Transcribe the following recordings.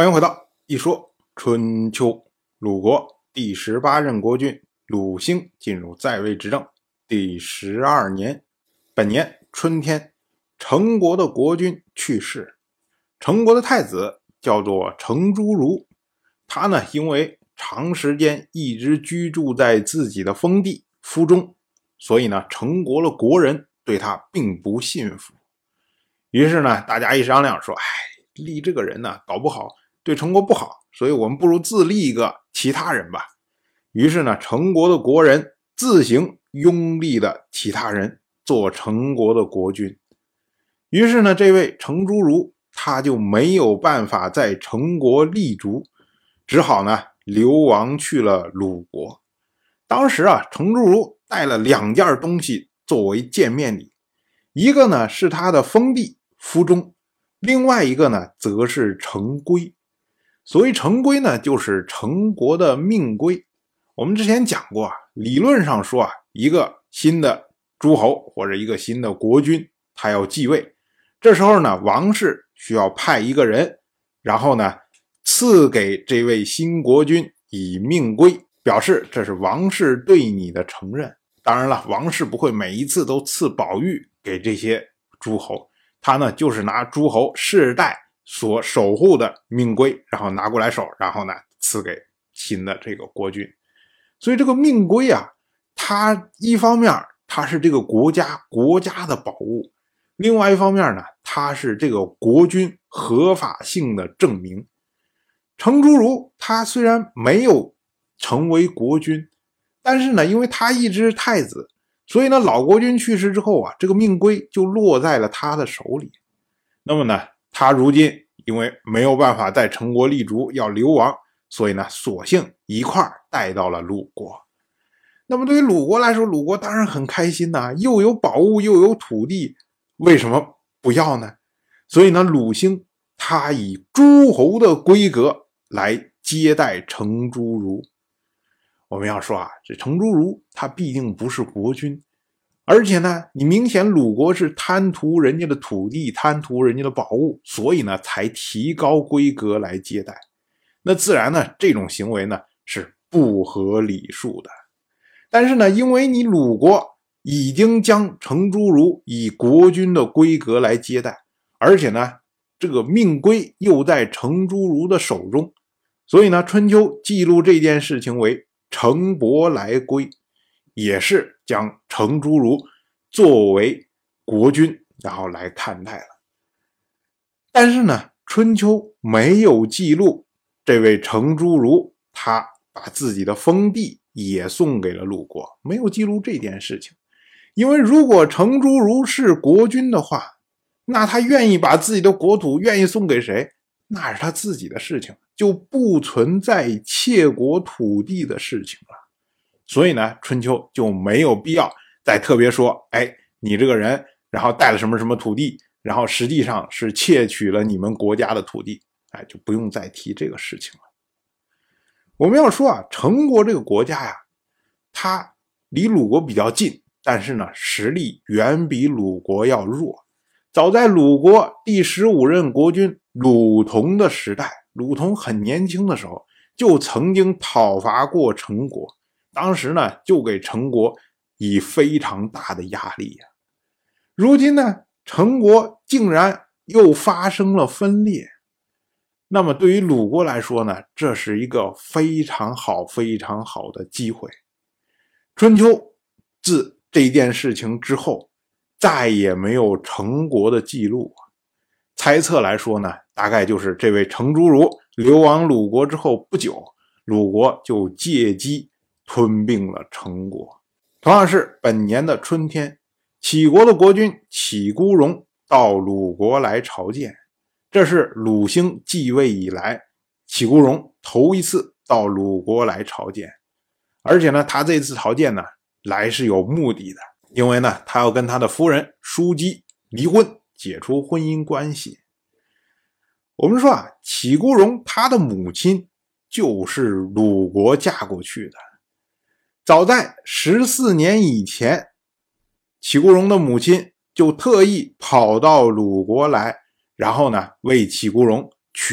欢迎回到一说春秋。鲁国第18任国君鲁兴进入在位执政第12年，本年春天，成国的国君去世。成国的太子叫做成朱儒，他呢因为长时间一直居住在自己的封地夫中，所以呢成国的国人对他并不信服。于是呢大家一商量说，立这个人呢搞不好对成国不好，所以我们不如自立一个其他人吧。于是呢成国的国人自行拥立的其他人做成国的国君。于是呢这位成朱儒他就没有办法在成国立足，只好呢流亡去了鲁国。当时成朱儒带了2件东西作为见面礼，一个呢是他的封地夫中，另外一个呢则是成规。所谓成规呢就是成国的命规。我们之前讲过理论上说一个新的诸侯或者一个新的国君他要继位，这时候呢王室需要派一个人，然后呢赐给这位新国君以命规，表示这是王室对你的承认。当然了，王室不会每一次都赐宝玉给这些诸侯，他呢就是拿诸侯世代所守护的命规，然后拿过来手，然后呢赐给新的这个国君。所以这个命规它一方面它是这个国家的宝物，另外一方面呢它是这个国君合法性的证明。成朱儒他虽然没有成为国君，但是呢因为他一直是太子，所以呢老国君去世之后这个命规就落在了他的手里。那么呢他如今因为没有办法在成国立足，要流亡，所以呢索性一块带到了鲁国。那么对于鲁国来说，鲁国当然很开心又有宝物又有土地，为什么不要呢？所以呢鲁兴他以诸侯的规格来接待成朱儒。我们要说这成朱儒他必定不是国君，而且呢你明显鲁国是贪图人家的土地，贪图人家的宝物，所以呢才提高规格来接待。那自然呢这种行为呢是不合礼数的。但是呢因为你鲁国已经将成朱儒以国君的规格来接待，而且呢这个命规又在成朱儒的手中，所以呢春秋记录这件事情为成伯来归，也是将成朱儒作为国君然后来看待了。但是呢春秋没有记录这位成朱儒他把自己的封地也送给了鲁国，没有记录这件事情。因为如果成朱儒是国君的话，那他愿意把自己的国土愿意送给谁，那是他自己的事情，就不存在窃国土地的事情了。所以呢春秋就没有必要再特别说你这个人然后带了什么什么土地，然后实际上是窃取了你们国家的土地，就不用再提这个事情了。我们要说成国这个国家它离鲁国比较近，但是呢实力远比鲁国要弱。早在鲁国第15任国君鲁同的时代，鲁同很年轻的时候就曾经讨伐过成国，当时呢就给成国以非常大的压力如今呢成国竟然又发生了分裂，那么对于鲁国来说呢，这是一个非常好的机会。春秋自这件事情之后再也没有成国的记录，猜测来说呢，大概就是这位成朱儒流亡鲁国之后不久，鲁国就借机吞并了成国。同样是本年的春天，杞国的国君杞孤荣到鲁国来朝见，这是鲁兴继位以来杞孤荣头一次到鲁国来朝见。而且呢他这次朝见呢来是有目的的，因为呢他要跟他的夫人叔姬离婚，解除婚姻关系。我们说杞孤荣他的母亲就是鲁国嫁过去的，早在14年以前，杞孤荣的母亲就特意跑到鲁国来，然后呢为杞孤荣娶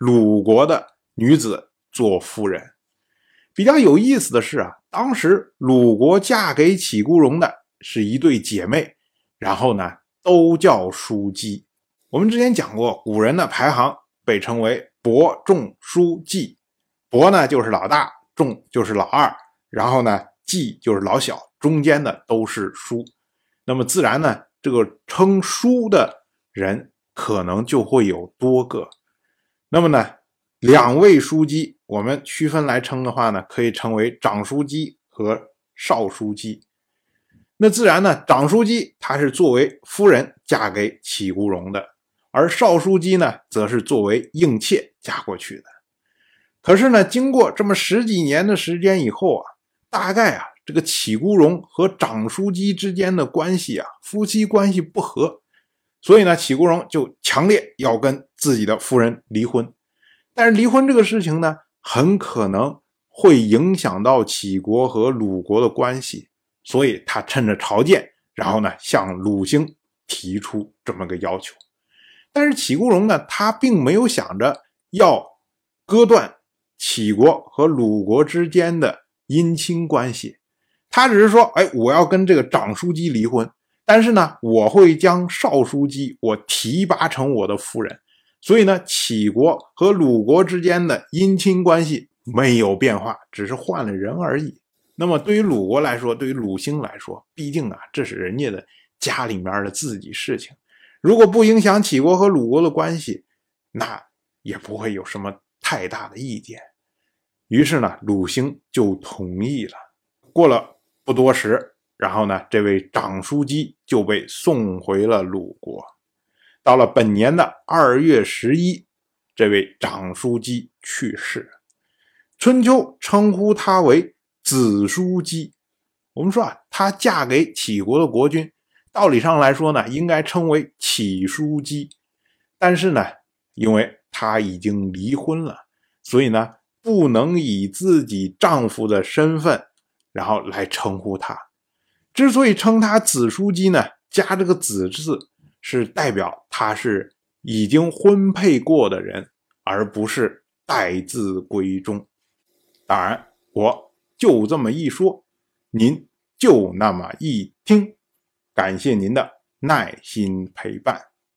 鲁国的女子做夫人。比较有意思的是啊，当时鲁国嫁给杞姑容的是一对姐妹，然后呢都叫叔姬。我们之前讲过，古人的排行被称为伯仲叔季，伯呢就是老大，仲就是老二，然后呢季就是老小，中间的都是叔。那么自然呢，这个称叔的人可能就会有多个。那么呢两位叔姬我们区分来称的话呢，可以称为长叔姬和少叔姬。那自然呢，长叔姬她是作为夫人嫁给杞姑容的，而少叔姬呢则是作为应妾嫁过去的。可是呢，经过这么10几年的时间以后啊，大概啊这个杞姑容和长叔姬之间的关系啊，夫妻关系不和，所以呢杞姑容就强烈要跟自己的夫人离婚。但是离婚这个事情呢，很可能会影响到杞国和鲁国的关系，所以他趁着朝见，然后呢向鲁兴提出这么个要求。但是杞姑容呢，他并没有想着要割断杞国和鲁国之间的姻亲关系，他只是说我要跟这个长叔姬离婚，但是呢我会将少叔姬我提拔成我的夫人。所以呢杞国和鲁国之间的姻亲关系没有变化，只是换了人而已。那么对于鲁国来说，对于鲁兴来说，毕竟啊这是人家的家里面的自己事情，如果不影响杞国和鲁国的关系，那也不会有什么太大的意见。于是呢鲁兴就同意了。过了不多时，然后呢这位长叔姬就被送回了鲁国。到了本年的2月11，这位长叔姬去世。春秋称呼他为子叔姬。我们说啊，她嫁给杞国的国君，道理上来说呢，应该称为杞叔姬。但是呢，因为她已经离婚了，所以呢，不能以自己丈夫的身份，然后来称呼她。之所以称她子叔姬呢，加这个子字，是代表他是已经婚配过的人，而不是待字闺中。当然我就这么一说，您就那么一听，感谢您的耐心陪伴。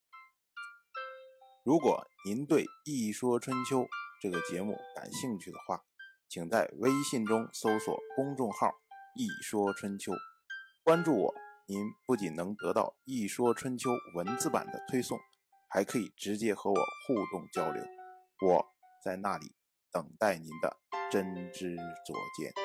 如果您对《一说春秋》这个节目感兴趣的话，请在微信中搜索公众号“一说春秋”，关注我，您不仅能得到《一说春秋》文字版的推送，还可以直接和我互动交流。我在那里等待您的真知灼见。